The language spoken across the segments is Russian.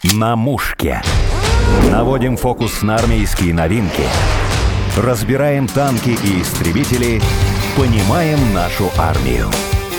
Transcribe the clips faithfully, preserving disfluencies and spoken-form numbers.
На мушке. Наводим фокус на армейские новинки. Разбираем танки и истребители. Понимаем нашу армию.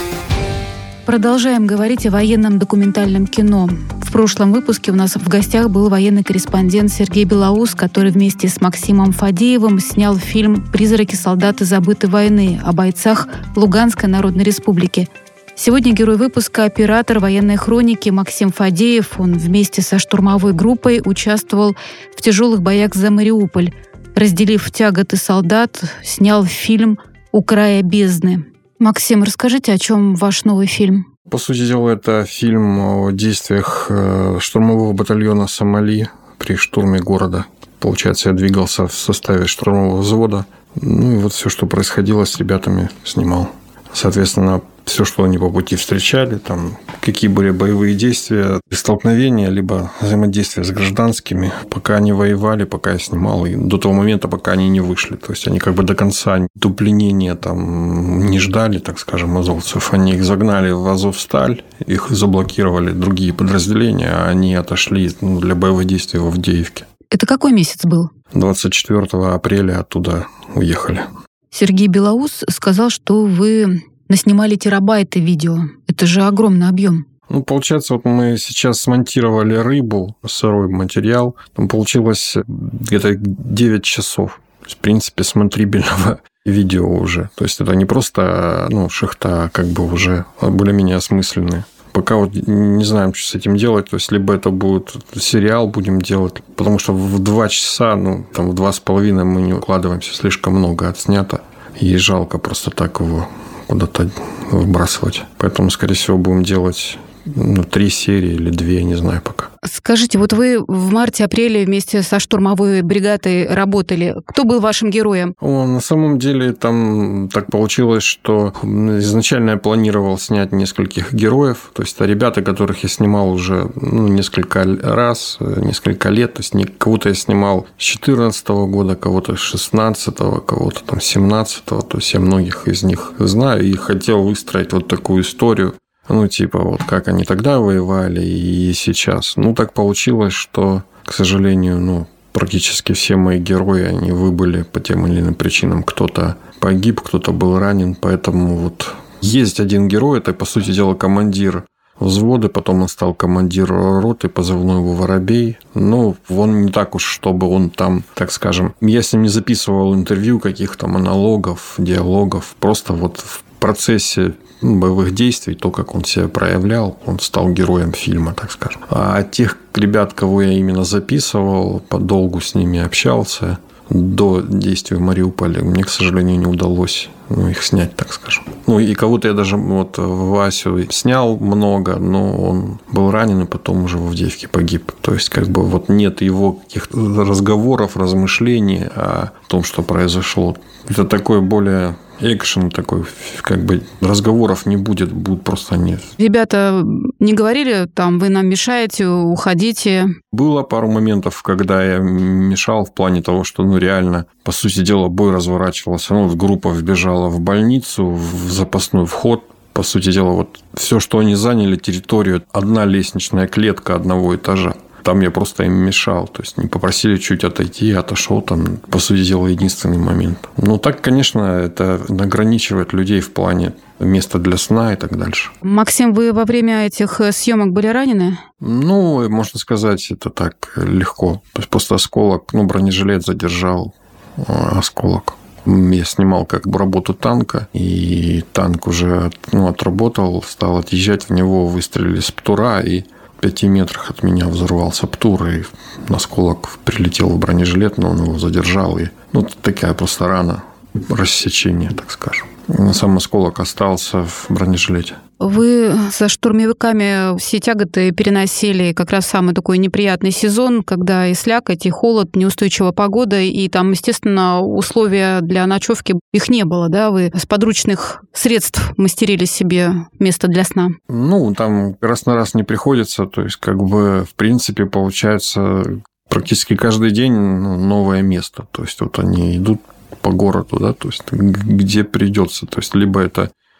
Продолжаем говорить о военном документальном кино. В прошлом выпуске у нас в гостях был военный корреспондент Сергей Белоус, который вместе с Максимом Фадеевым снял фильм «Призраки солдат и забытой войны» о бойцах Луганской Народной Республики. Сегодня герой выпуска — оператор военной хроники Максим Фадеев. Он вместе со штурмовой группой участвовал в тяжелых боях за Мариуполь. Разделив тяготы солдат, снял фильм «У края бездны». Максим, расскажите, о чем ваш новый фильм? По сути дела, это фильм о действиях штурмового батальона «Сомали» при штурме города. Получается, я двигался в составе штурмового взвода. Ну и вот все, что происходило с ребятами, снимал. Соответственно, все, что они по пути встречали, там, какие были боевые действия, столкновения, либо взаимодействия с гражданскими, пока они воевали, пока я снимал, и до того момента, пока они не вышли. То есть они как бы до конца до пленения там не ждали, так скажем, азовцев. Они их загнали в Азовсталь, их заблокировали другие подразделения, а они отошли ну, для боевых действий в Авдеевке. Это какой месяц был? двадцать четвёртого апреля оттуда уехали. Сергей Белоус сказал, что вы наснимали терабайты видео. Это же огромный объем. Ну, получается, вот мы сейчас смонтировали рыбу, сырой материал. Там получилось где-то девять часов. В принципе, смотрибельного видео уже. То есть это не просто ну, шахта, а как бы уже более-менее осмысленные. Пока вот не знаем, что с этим делать. То есть, либо это будет сериал будем делать, потому что в два часа, ну, там в два с половиной мы не укладываемся. Слишком много отснято. И жалко просто так его куда-то выбрасывать. Поэтому, скорее всего, будем делать ну, три серии или две, не знаю пока. Скажите, вот вы в марте-апреле вместе со штурмовой бригадой работали. Кто был вашим героем? О, на самом деле там так получилось, что изначально я планировал снять нескольких героев. То есть это ребята, которых я снимал уже ну, несколько раз, несколько лет. То есть кого-то я снимал с четырнадцатого года, кого-то с шестнадцатого, кого-то там с семнадцатого. То есть я многих из них знаю и хотел выстроить вот такую историю. Ну, типа, вот как они тогда воевали и сейчас. Ну, так получилось, что, к сожалению, ну, практически все мои герои, они выбыли по тем или иным причинам. Кто-то погиб, кто-то был ранен, поэтому вот есть один герой, это, по сути дела, командир взвода, потом он стал командиром роты, позывной его «Воробей». Ну, он не так уж, чтобы он там, так скажем... Я с ним не записывал интервью, каких-то монологов, диалогов. Просто вот в процессе боевых действий, то, как он себя проявлял, он стал героем фильма, так скажем. А тех ребят, кого я именно записывал, подолгу с ними общался, до действий в Мариуполе, мне, к сожалению, не удалось ну, их снять, так скажем. Ну, и кого-то я даже вот Васю снял много, но он был ранен и потом уже в Авдеевке погиб. То есть, как бы вот нет его каких-то разговоров, размышлений о том, что произошло. Это такое более... экшен такой, как бы разговоров не будет, будут просто они. Ребята не говорили, там, вы нам мешаете, уходите? Было пару моментов, когда я мешал в плане того, что, ну, реально, по сути дела, бой разворачивался. Ну, вот группа вбежала в больницу, в запасной вход. По сути дела, вот все, что они заняли территорию, одна лестничная клетка одного этажа. Там я просто им мешал. То есть, не попросили чуть отойти, я отошел. Там, по сути дела, единственный момент. Ну, так, конечно, это ограничивает людей в плане места для сна и так дальше. Максим, вы во время этих съемок были ранены? Ну, можно сказать, это так легко. То есть, просто осколок, ну, бронежилет задержал осколок. Я снимал как бы работу танка, и танк уже ну, отработал, стал отъезжать, в него выстрелили с ПТУРа, и в пяти метрах от меня взорвался ПТУР, и осколок прилетел в бронежилет, но он его задержал. И, ну, такая просто рана, рассечение, так скажем. Сам осколок остался в бронежилете. Вы со штурмовиками все тяготы переносили как раз в самый такой неприятный сезон, когда и слякоть, и холод, неустойчивая погода, и там, естественно, условия для ночевки их не было, да? Вы с подручных средств мастерили себе место для сна? Ну, там раз на раз не приходится, то есть, как бы, в принципе, получается, практически каждый день новое место. То есть, вот они идут по городу, да, то есть, где придется. То есть, либо это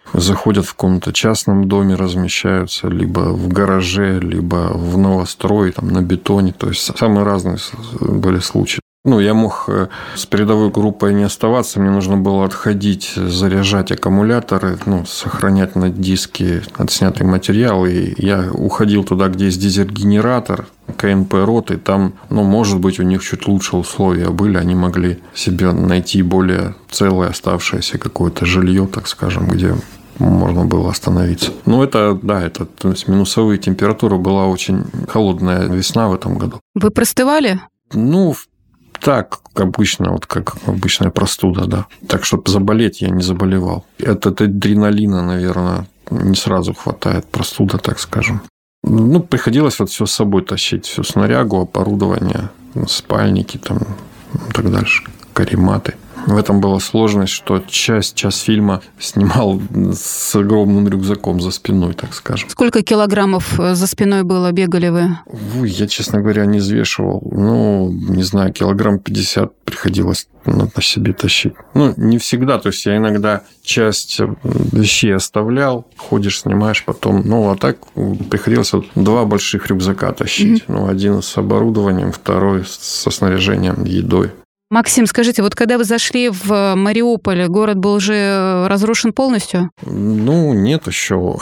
заходят в каком-то частном доме, размещаются, либо в гараже, либо в новострой, там, на бетоне. То есть самые разные были случаи. Ну, я мог с передовой группой не оставаться, мне нужно было отходить, заряжать аккумуляторы, ну, сохранять на диске отснятый материал. И я уходил туда, где есть дизель-генератор, КНП роты, там, ну, может быть, у них чуть лучше условия были, они могли себе найти более целое оставшееся какое-то жилье, так скажем, где можно было остановиться. Ну, это, да, это, то есть минусовые температуры, была очень холодная весна в этом году. Вы простывали? Ну, так, обычно, вот как обычная простуда, да. Так, чтобы заболеть, я не заболевал. От адреналина, наверное, не сразу хватает, простуда, так скажем. Ну, приходилось вот все с собой тащить, всю снарягу, оборудование, спальники там и так дальше, карематы. В этом была сложность, что часть, час фильма снимал с огромным рюкзаком за спиной, так скажем. Сколько килограммов за спиной было, бегали вы? Ой, я, честно говоря, не взвешивал. Ну, не знаю, килограмм пятьдесят приходилось на себе тащить. Ну, не всегда. То есть, я иногда часть вещей оставлял, ходишь, снимаешь потом. Ну, а так приходилось вот два больших рюкзака тащить. Mm-hmm. Ну, один с оборудованием, второй со снаряжением, едой. Максим, скажите, вот когда вы зашли в Мариуполь, город был уже разрушен полностью? Ну, нет еще.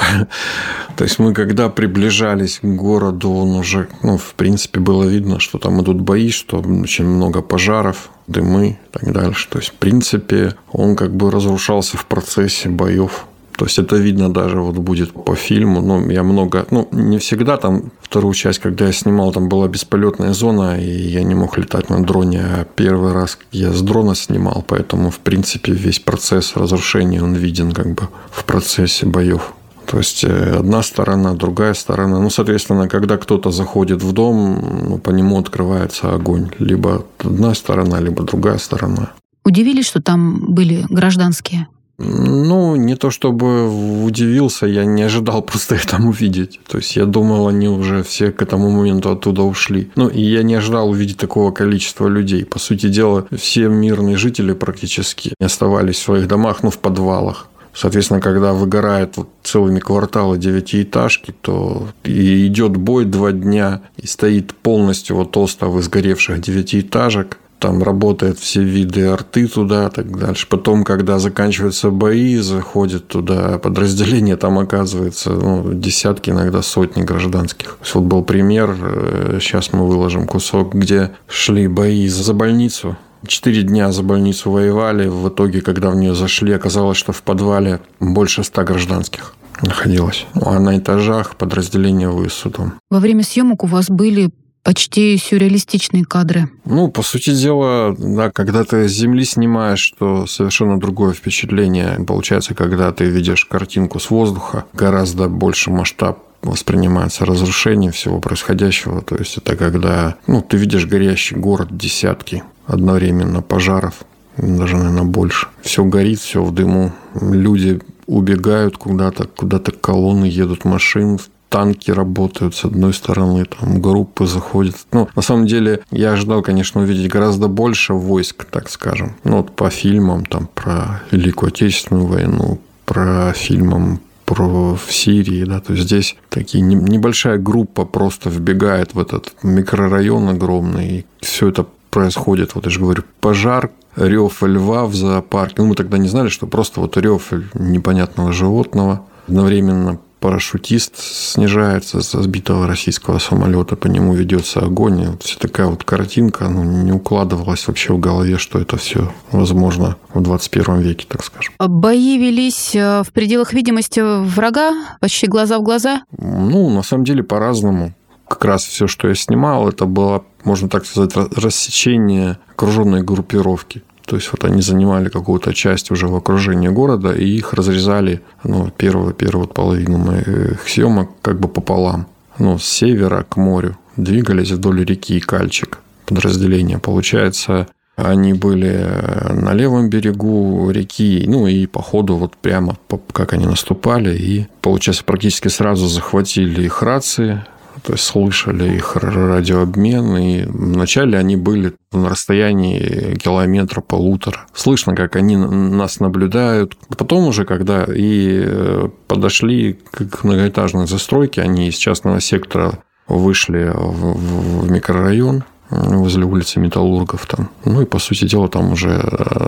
То есть, мы когда приближались к городу, он уже, ну, в принципе, было видно, что там идут бои, что очень много пожаров, дымы и так дальше. То есть, в принципе, он как бы разрушался в процессе боев. То есть, это видно даже вот будет по фильму. Ну, я много... Ну, не всегда там вторую часть, когда я снимал, там была бесполетная зона, и я не мог летать на дроне. А первый раз я с дрона снимал, поэтому, в принципе, весь процесс разрушения, он виден как бы в процессе боев. То есть, одна сторона, другая сторона. Ну, соответственно, когда кто-то заходит в дом, ну, по нему открывается огонь. Либо одна сторона, либо другая сторона. Удивились, что там были гражданские? Ну, не то чтобы удивился, я не ожидал просто их там увидеть. То есть, я думал, они уже все к этому моменту оттуда ушли. Ну, и я не ожидал увидеть такого количества людей. По сути дела, все мирные жители практически оставались в своих домах, ну, в подвалах. Соответственно, когда выгорают вот целыми кварталы девятиэтажки, то и идет бой два дня, и стоит полностью вот остов сгоревших девятиэтажек. Там работают все виды арты туда, так дальше. Потом, когда заканчиваются бои, заходят туда подразделения, там оказывается, ну, десятки, иногда сотни гражданских. Вот был пример, сейчас мы выложим кусок, где шли бои за больницу. Четыре дня за больницу воевали. В итоге, когда в нее зашли, оказалось, что в подвале больше ста гражданских находилось. А на этажах подразделения ВСУ там. Во время съемок у вас были почти сюрреалистичные кадры. Ну, по сути дела, да, когда ты с земли снимаешь, то совершенно другое впечатление получается, когда ты видишь картинку с воздуха, гораздо больше масштаб воспринимается разрушение всего происходящего. То есть, это когда, ну, ты видишь горящий город, десятки одновременно пожаров, даже, наверное, больше. Все горит, все в дыму. Люди убегают куда-то, куда-то колонны едут машин, танки работают с одной стороны, там группы заходят. Ну, на самом деле, я ожидал, конечно, увидеть гораздо больше войск, так скажем. Ну, вот по фильмам там про Великую Отечественную войну, про фильмам про в Сирии, да, то есть здесь такие небольшая группа просто вбегает в этот микрорайон огромный, и все это происходит, вот я же говорю, пожар, рев льва в зоопарке. Ну, мы тогда не знали, что просто вот рев непонятного животного. Одновременно парашютист снижается со сбитого российского самолета, по нему ведется огонь. И вот вся такая вот картинка, ну, не укладывалась вообще в голове, что это все возможно в двадцать первом веке, так скажем. Бои велись в пределах видимости врага, почти глаза в глаза? Ну, на самом деле, по-разному. Как раз все, что я снимал, это было, можно так сказать, рассечение окруженной группировки. То есть, вот они занимали какую-то часть уже в окружении города, и их разрезали, ну, первую, первую половину моих съемок как бы пополам. Ну, с севера к морю двигались вдоль реки Кальчик подразделения. Получается, они были на левом берегу реки, ну, и по ходу вот прямо, как они наступали, и, получается, практически сразу захватили их рации, то есть слышали их радиообмен, и вначале они были на расстоянии километра, полутора. Слышно, как они нас наблюдают. Потом уже, когда и подошли к многоэтажной застройке, они из частного сектора вышли в микрорайон возле улицы Металлургов там. Ну и, по сути дела, там уже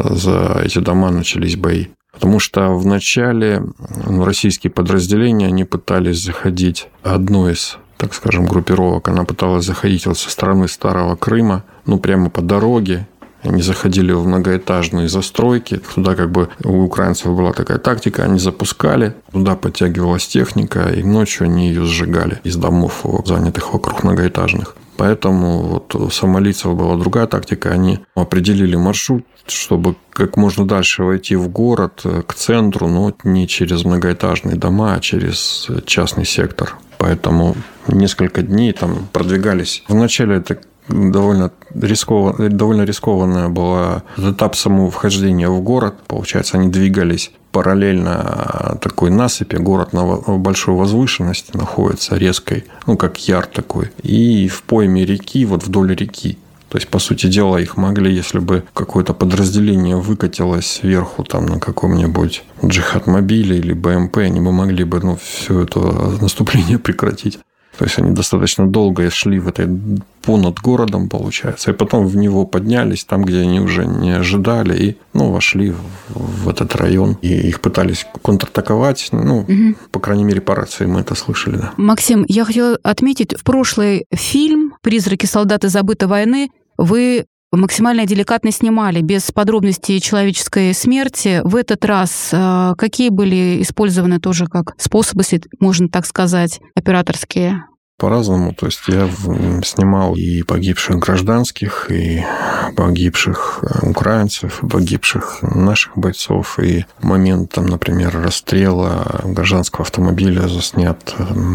за эти дома начались бои. Потому что в начале российские подразделения, они пытались заходить. Одно из, так скажем, группировок, она пыталась заходить вот со стороны Старого Крыма, ну, прямо по дороге. Они заходили в многоэтажные застройки. Туда как бы у украинцев была такая тактика. Они запускали, туда подтягивалась техника, и ночью они ее сжигали из домов, занятых вокруг многоэтажных. Поэтому вот у сомалийцев была другая тактика. Они определили маршрут, чтобы как можно дальше войти в город, к центру, но не через многоэтажные дома, а через частный сектор. Поэтому несколько дней там продвигались. Вначале это довольно, рискованная, довольно рискованная была этап самого вхождения в город. Получается, они двигались параллельно такой насыпи. Город на большой возвышенности находится, резкой, ну, как яр такой. И в пойме реки, вот вдоль реки. То есть, по сути дела, их могли, если бы какое-то подразделение выкатилось сверху там, на каком-нибудь джихад-мобиле или БМП, они бы могли бы ну, все это наступление прекратить. То есть, они достаточно долго шли в этой понад городом, получается, и потом в него поднялись там, где они уже не ожидали, и ну, вошли в, в этот район. И их пытались контратаковать. Ну, угу. По крайней мере, по рации мы это слышали. Да. Максим, я хотела отметить, в прошлый фильм «Призраки солдаты забытой войны» вы максимально деликатно снимали, без подробностей человеческой смерти. В этот раз э, какие были использованы тоже как способы, если можно так сказать, операторские? По-разному. То есть, я снимал и погибших гражданских, и погибших украинцев, и погибших наших бойцов. И момент, там, например, расстрела гражданского автомобиля заснят,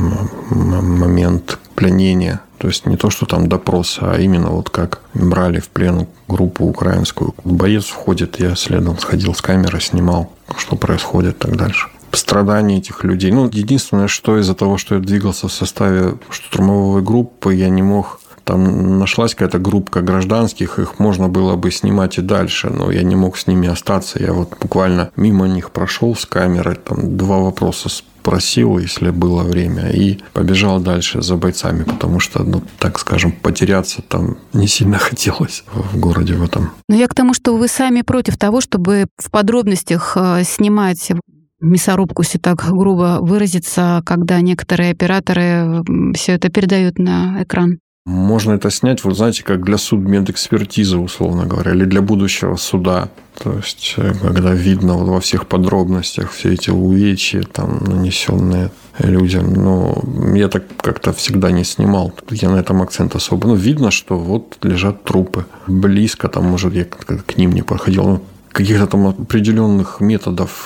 момент пленения. То есть, не то, что там допрос, а именно вот как брали в плен группу украинскую. Боец входит, я следом сходил с камерой, снимал, что происходит и так дальше. Страдания этих людей. Ну, единственное, что из-за того, что я двигался в составе штурмовой группы, я не мог... Там нашлась какая-то группа гражданских, их можно было бы снимать и дальше, но я не мог с ними остаться. Я вот буквально мимо них прошел с камерой, там два вопроса спросил, если было время, и побежал дальше за бойцами, потому что, ну, так скажем, потеряться там не сильно хотелось в городе в этом. Но я к тому, что вы сами против того, чтобы в подробностях снимать мясорубку, если так грубо выразиться, когда некоторые операторы все это передают на экран. Можно это снять, вот знаете, как для судмедэкспертизы, условно говоря, или для будущего суда. То есть, когда видно вот во всех подробностях все эти увечья, там, нанесенные людям. Но я так как-то всегда не снимал. Я на этом акцент особо. Ну, видно, что вот лежат трупы. Близко, там, может, я к ним не подходил. Ну, каких-то там определенных методов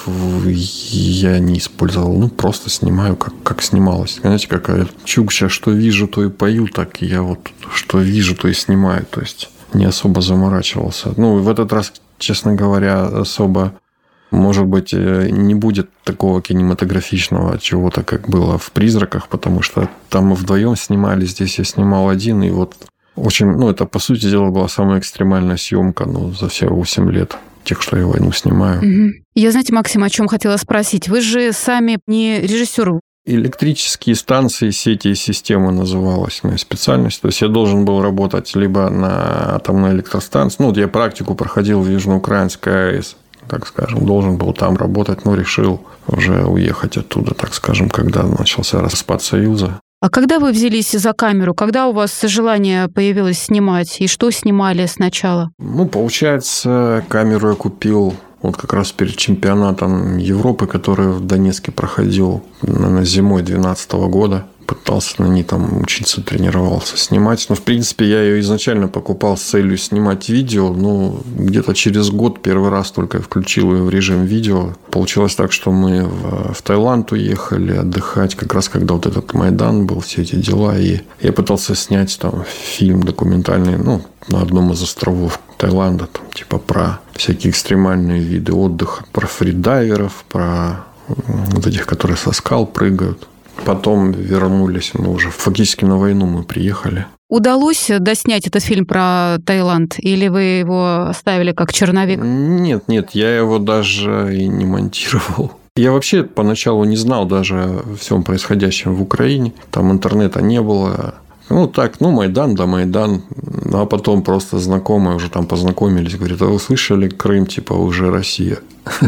я не использовал. Ну, просто снимаю, как, как снималось. Знаете, какая чукча, что вижу, то и пою, так я вот что вижу, то и снимаю. То есть, не особо заморачивался. Ну, в этот раз, честно говоря, особо, может быть, не будет такого кинематографичного чего-то, как было в «Призраках», потому что там мы вдвоем снимали, здесь я снимал один, и вот очень, ну, это, по сути дела, была самая экстремальная съемка, ну, за все восемь лет. Тех, что я войну снимаю. Угу. Я, знаете, Максим, о чем хотела спросить. Вы же сами не режиссер. Электрические станции, сети и системы называлась моя специальность. То есть, я должен был работать либо на атомной электростанции. Ну, вот я практику проходил в Южноукраинской АЭС, так скажем. Должен был там работать, но решил уже уехать оттуда, так скажем, когда начался распад Союза. А когда вы взялись за камеру? Когда у вас желание появилось снимать? И что снимали сначала? Ну, получается, камеру я купил вот как раз перед чемпионатом Европы, который в Донецке проходил, наверное, зимой две тысячи двенадцатого года. Пытался на ней там учиться, тренировался, снимать. Но, в принципе, я ее изначально покупал с целью снимать видео. Но где-то через год первый раз только включил ее в режим видео. Получилось так, что мы в, в Таиланд уехали отдыхать, как раз когда вот этот Майдан был, все эти дела. И я пытался снять там фильм документальный, ну, на одном из островов Таиланда, там, типа про всякие экстремальные виды отдыха, про фридайверов, про вот этих, которые со скал прыгают. Потом вернулись, мы уже фактически на войну мы приехали. Удалось доснять этот фильм про Таиланд? Или вы его оставили как черновик? Нет, нет, я его даже и не монтировал. Я вообще поначалу не знал даже о всем происходящем в Украине. Там интернета не было. Ну, так, ну, Майдан, да, Майдан. А потом просто знакомые уже там познакомились. Говорят, а вы слышали, Крым, типа, уже Россия?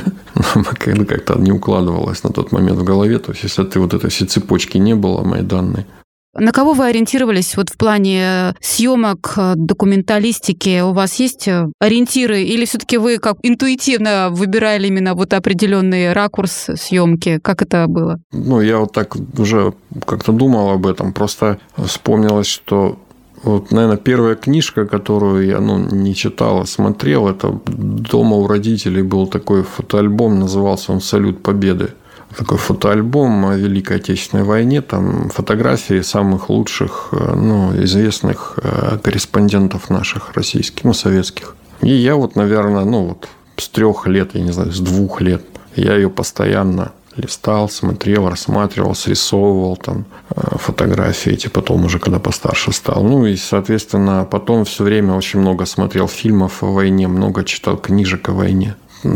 Как-то не укладывалось на тот момент в голове. То есть, если ты вот этой всей цепочки не было майданной. На кого вы ориентировались вот в плане съемок, документалистики? У вас есть ориентиры? Или все-таки вы как интуитивно выбирали именно вот определенный ракурс съемки? Как это было? Ну, я вот так уже как-то думал об этом. Просто вспомнилось, что вот, наверное, первая книжка, которую я ну, не читал, а смотрел, это дома у родителей был такой фотоальбом, назывался он «Салют Победы». Такой фотоальбом о Великой Отечественной войне, там фотографии самых лучших, ну, известных корреспондентов наших российских, ну, советских. И я вот, наверное, ну, вот с трех лет, я не знаю, с двух лет, я ее постоянно листал, смотрел, рассматривал, срисовывал там фотографии эти, потом уже, когда постарше стал. Ну, и, соответственно, потом все время очень много смотрел фильмов о войне, много читал книжек о войне.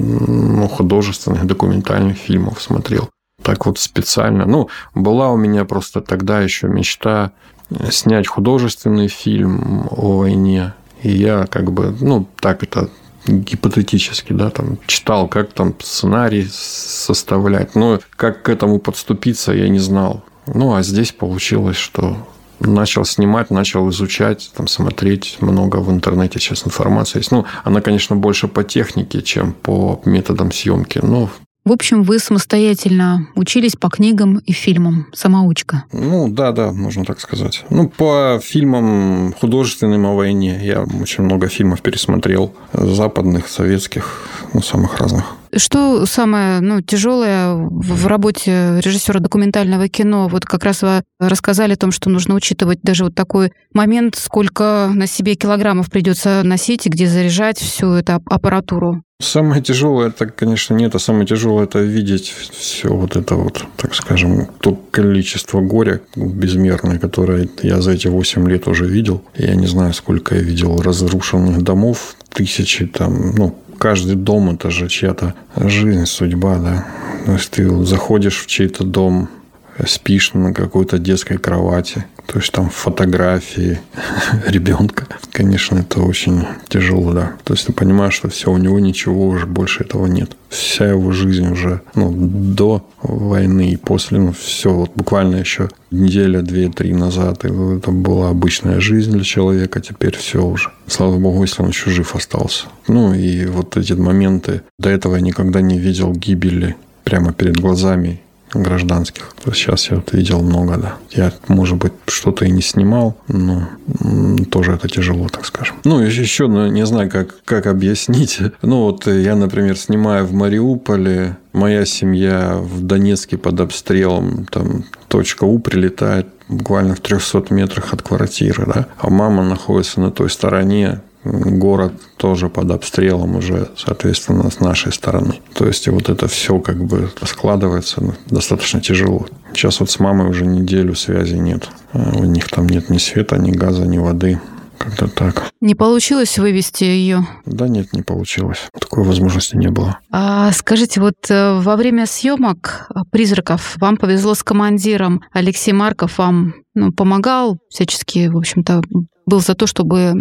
Ну, художественных, документальных фильмов смотрел. Так вот специально. Ну, была у меня просто тогда еще мечта снять художественный фильм о войне. И я как бы, ну, так это гипотетически, да, там, читал, как там сценарий составлять. Но как к этому подступиться, я не знал. Ну, а здесь получилось, что начал снимать, начал изучать, там, смотреть много в интернете сейчас информации есть. Ну, она, конечно, больше по технике, чем по методам съемки. Но... В общем, вы самостоятельно учились по книгам и фильмам. Самоучка. Ну, да, да, можно так сказать. Ну, по фильмам художественным о войне я очень много фильмов пересмотрел. Западных, советских, ну, самых разных. Что самое ну, тяжелое в работе режиссера документального кино? Вот как раз вы рассказали о том, что нужно учитывать даже вот такой момент, сколько на себе килограммов придется носить и где заряжать всю эту аппаратуру. Самое тяжелое, это, конечно, нет, а самое тяжелое это видеть все вот это вот, так скажем, то количество горя безмерное, которое я за эти восемь лет уже видел. Я не знаю, сколько я видел разрушенных домов, тысячи там, ну, каждый дом – это же чья-то жизнь, судьба, да. То есть, ты заходишь в чей-то дом, спишь на какой-то детской кровати, то есть, там фотографии ребенка. Конечно, это очень тяжело, да. То есть, ты понимаешь, что все, у него ничего уже больше этого нет. Вся его жизнь уже, ну, до войны и после, ну, все, вот буквально еще неделя, две, три назад, и это была обычная жизнь для человека, теперь все уже. Слава богу, если он еще жив остался. Ну, и вот эти моменты, до этого я никогда не видел гибели прямо перед глазами гражданских. То есть сейчас я вот видел много, да. Я, может быть, что-то и не снимал, но тоже это тяжело, так скажем. Ну, еще, ну, не знаю, как, как объяснить. Ну, вот я, например, снимаю в Мариуполе, моя семья в Донецке под обстрелом, там точка У прилетает буквально в трехстах метрах от квартиры, да, а мама находится на той стороне, город тоже под обстрелом уже, соответственно, с нашей стороны. То есть, вот это все как бы складывается ну, достаточно тяжело. Сейчас вот с мамой уже неделю связи нет. У них там нет ни света, ни газа, ни воды. Как-то так. Не получилось вывести ее? Да нет, не получилось. Такой возможности не было. А скажите, вот во время съемок «Призраков» вам повезло с командиром. Алексей Марков вам ну, помогал всячески, в общем-то, был за то, чтобы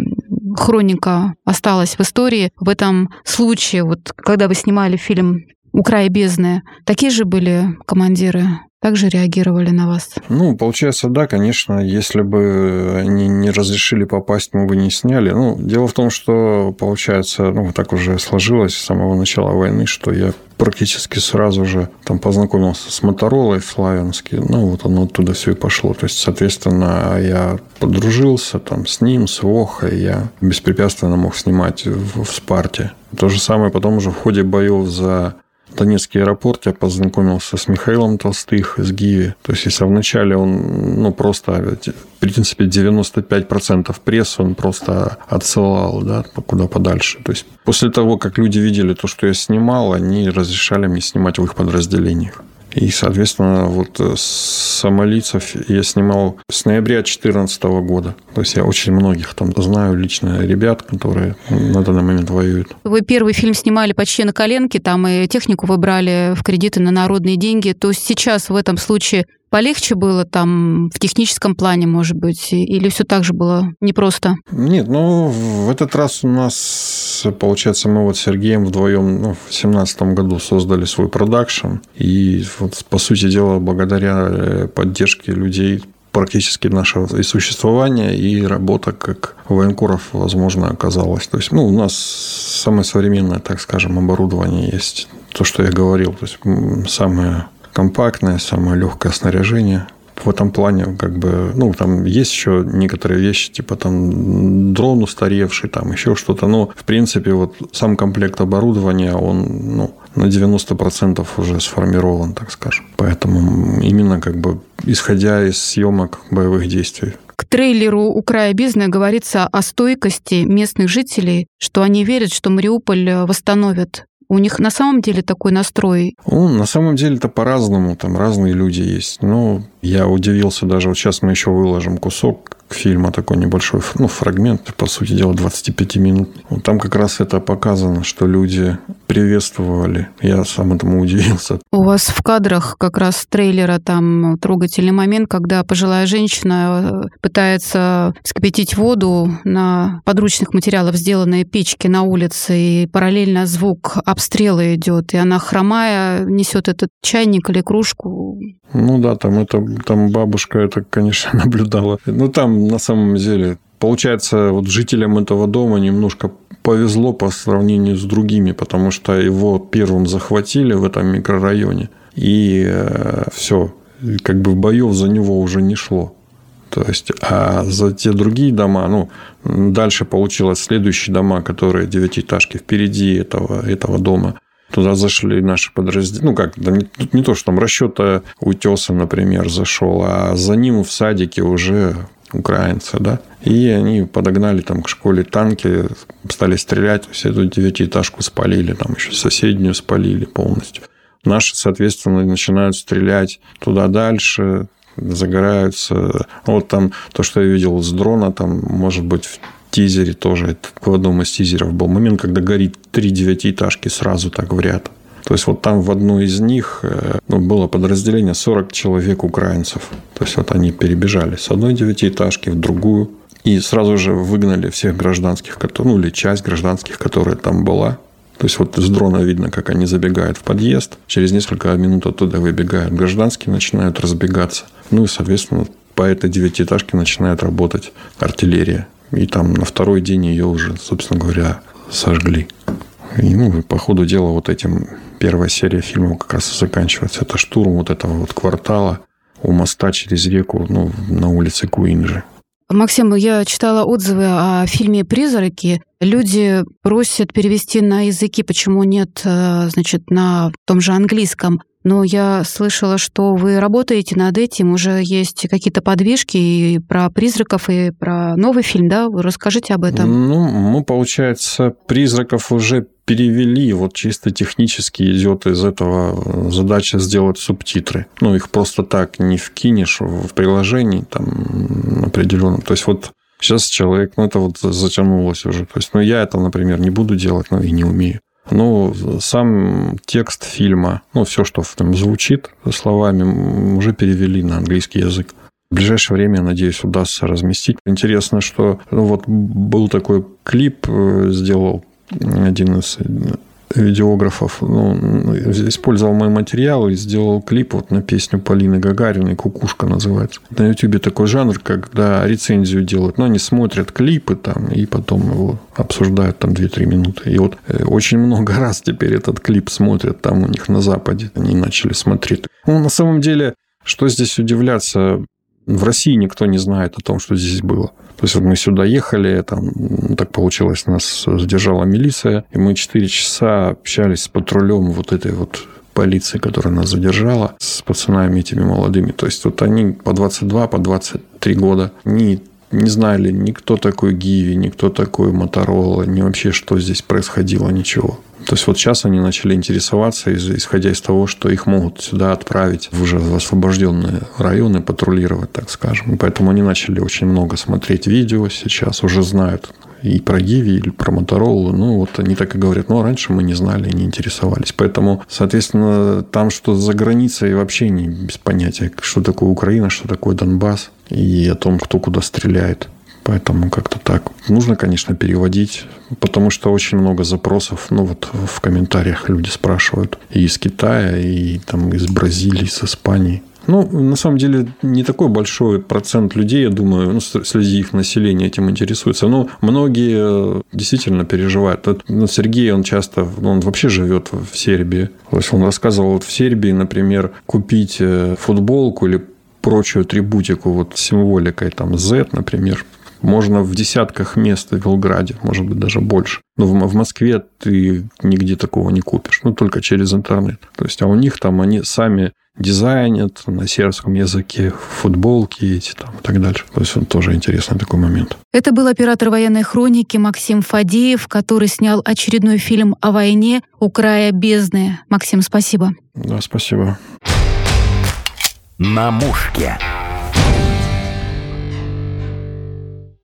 хроника осталась в истории. В этом случае, вот когда вы снимали фильм «У края бездны», такие же были командиры? Также реагировали на вас? Ну, получается, да, конечно. Если бы они не разрешили попасть, мы бы не сняли. Ну, дело в том, что, получается, ну, так уже сложилось с самого начала войны, что я практически сразу же там познакомился с Моторолой в Славянске. Ну, вот оно оттуда все и пошло. То есть, соответственно, я подружился там с ним, с Вохой. Я беспрепятственно мог снимать в, в Спарте. То же самое потом уже в ходе боев за Донецкий аэропорт я познакомился с Михаилом Толстых из Гиви. То есть, если вначале он, ну, просто, в принципе, девяносто пять процентов пресс он просто отсылал, да, куда подальше. То есть, после того, как люди видели то, что я снимал, они разрешали мне снимать в их подразделениях. И, соответственно, вот «Самолийцев» я снимал с ноября две тысячи четырнадцатого года. То есть я очень многих там знаю лично ребят, которые на данный момент воюют. Вы первый фильм снимали почти на коленке, там и технику вы брали в кредиты на народные деньги. То есть сейчас в этом случае полегче было там в техническом плане, может быть, или все так же было непросто? Нет, ну, в этот раз у нас, получается, мы вот с Сергеем вдвоем ну, в две тысячи семнадцатом году создали свой продакшн. И, вот, по сути дела, благодаря поддержке людей практически нашего и существования, и работа как военкоров, возможно, оказалась. То есть, ну, у нас самое современное, так скажем, оборудование есть. То, что я говорил, то есть самое компактное, самое легкое снаряжение. В этом плане, как бы, ну, там есть еще некоторые вещи, типа там дрон устаревший, там еще что-то. Но, в принципе, вот сам комплект оборудования, он, ну, на девяносто процентов уже сформирован, так скажем. Поэтому именно, как бы, исходя из съемок боевых действий. К трейлеру «У края бездны» говорится о стойкости местных жителей, что они верят, что Мариуполь восстановят. У них на самом деле такой настрой? Ну, на самом деле это по-разному, там разные люди есть. Но я удивился даже, вот сейчас мы еще выложим кусок фильма, такой небольшой, ну, фрагмент, по сути дела, двадцать пять минут. Вот там как раз это показано, что люди приветствовали. Я сам этому удивился. У вас в кадрах как раз с трейлера там трогательный момент, когда пожилая женщина пытается вскипятить воду на подручных материалах сделанной печке на улице, и параллельно звук обстрела идет, и она, хромая, несет этот чайник или кружку. Ну да, там, это, там бабушка это, конечно, наблюдала. Ну, там на самом деле, получается, вот жителям этого дома немножко повезло по сравнению с другими, потому что его первым захватили в этом микрорайоне, и э, все, как бы боев за него уже не шло. То есть, а за те другие дома, ну, дальше получилось следующие дома, которые девятиэтажки впереди этого, этого дома. Туда зашли наши подразделения. Ну, как, не, не то, что там расчета утеса, например, зашел, а за ним в садике уже украинцы, да. И они подогнали там к школе танки, стали стрелять, все эту девятиэтажку спалили, там еще соседнюю спалили полностью. Наши, соответственно, начинают стрелять туда дальше, загораются. Вот там то, что я видел с дрона, там, может быть, в тизере тоже, это в одном из тизеров был момент, когда горит три девятиэтажки сразу так в ряд. То есть, вот там в одну из них ну, было подразделение сорок человек украинцев. То есть, вот они перебежали с одной девятиэтажки в другую и сразу же выгнали всех гражданских, ну, или часть гражданских, которая там была. То есть, вот с дрона видно, как они забегают в подъезд. Через несколько минут оттуда выбегают гражданские, начинают разбегаться. Ну, и, соответственно, по этой девятиэтажке начинает работать артиллерия. И там на второй день ее уже, собственно говоря, сожгли. И, ну, по ходу дела вот этим первая серия фильма как раз и заканчивается. Это штурм вот этого вот квартала у моста через реку, ну, на улице Куинджи. Максим, я читала отзывы о фильме «Призраки». Люди просят перевести на языки, почему нет, значит, на том же английском. Но я слышала, что вы работаете над этим, уже есть какие-то подвижки и про призраков, и про новый фильм, да? Расскажите об этом. Ну, мы, получается, призраков уже перевели, вот чисто технически идет из этого задача сделать субтитры. Ну, их просто так не вкинешь в приложении там определенно. То есть, вот сейчас человек, ну, это вот затянулось уже. То есть, ну, я это, например, не буду делать, ну, и не умею. Ну, сам текст фильма, ну, все, что там звучит словами, уже перевели на английский язык. В ближайшее время, я надеюсь, удастся разместить. Интересно, что ну, вот был такой клип, сделал один из видеографов, ну, использовал мои материалы и сделал клип вот на песню Полины Гагариной «Кукушка» называется. На Ютубе такой жанр, когда рецензию делают, но они смотрят клипы там и потом его обсуждают там две-три минуты. И вот очень много раз теперь этот клип смотрят там у них на Западе. Они начали смотреть. Ну, на самом деле, что здесь удивляться? В России никто не знает о том, что здесь было. То есть, вот мы сюда ехали, там, так получилось, нас задержала милиция, и мы четыре часа общались с патрулем вот этой вот полиции, которая нас задержала, с пацанами этими молодыми. То есть, вот они по двадцать два, по двадцать три года. Они не знали ни кто такой Гиви, ни кто такой Моторола, ни вообще, что здесь происходило, ничего. То есть вот сейчас они начали интересоваться, исходя из того, что их могут сюда отправить в уже освобожденные районы, патрулировать, так скажем. И поэтому они начали очень много смотреть видео сейчас, уже знают и про Гиви, или про Моторолу. Ну, вот они так и говорят, ну, раньше мы не знали и не интересовались. Поэтому, соответственно, там что за границей вообще не без понятия, что такое Украина, что такое Донбасс, и о том, кто куда стреляет. Поэтому как-то так. Нужно, конечно, переводить, потому что очень много запросов. Ну, вот в комментариях люди спрашивают и из Китая, и там из Бразилии, из Испании. Ну, на самом деле, не такой большой процент людей, я думаю, ну, среди их населения этим интересуется. Но многие действительно переживают. Вот, ну, Сергей, он часто, он вообще живет в Сербии. То есть, он рассказывал, вот в Сербии, например, купить футболку или прочую атрибутику вот с символикой там Z, например, можно в десятках мест в Белграде, может быть, даже больше. Но в Москве ты нигде такого не купишь, ну, только через интернет. То есть, а у них там они сами дизайнят на сербском языке футболки эти там и так дальше. То есть, это тоже интересный такой момент. Это был оператор военной хроники Максим Фадеев, который снял очередной фильм о войне «У края бездны». Максим, спасибо. Да, спасибо. На мушке.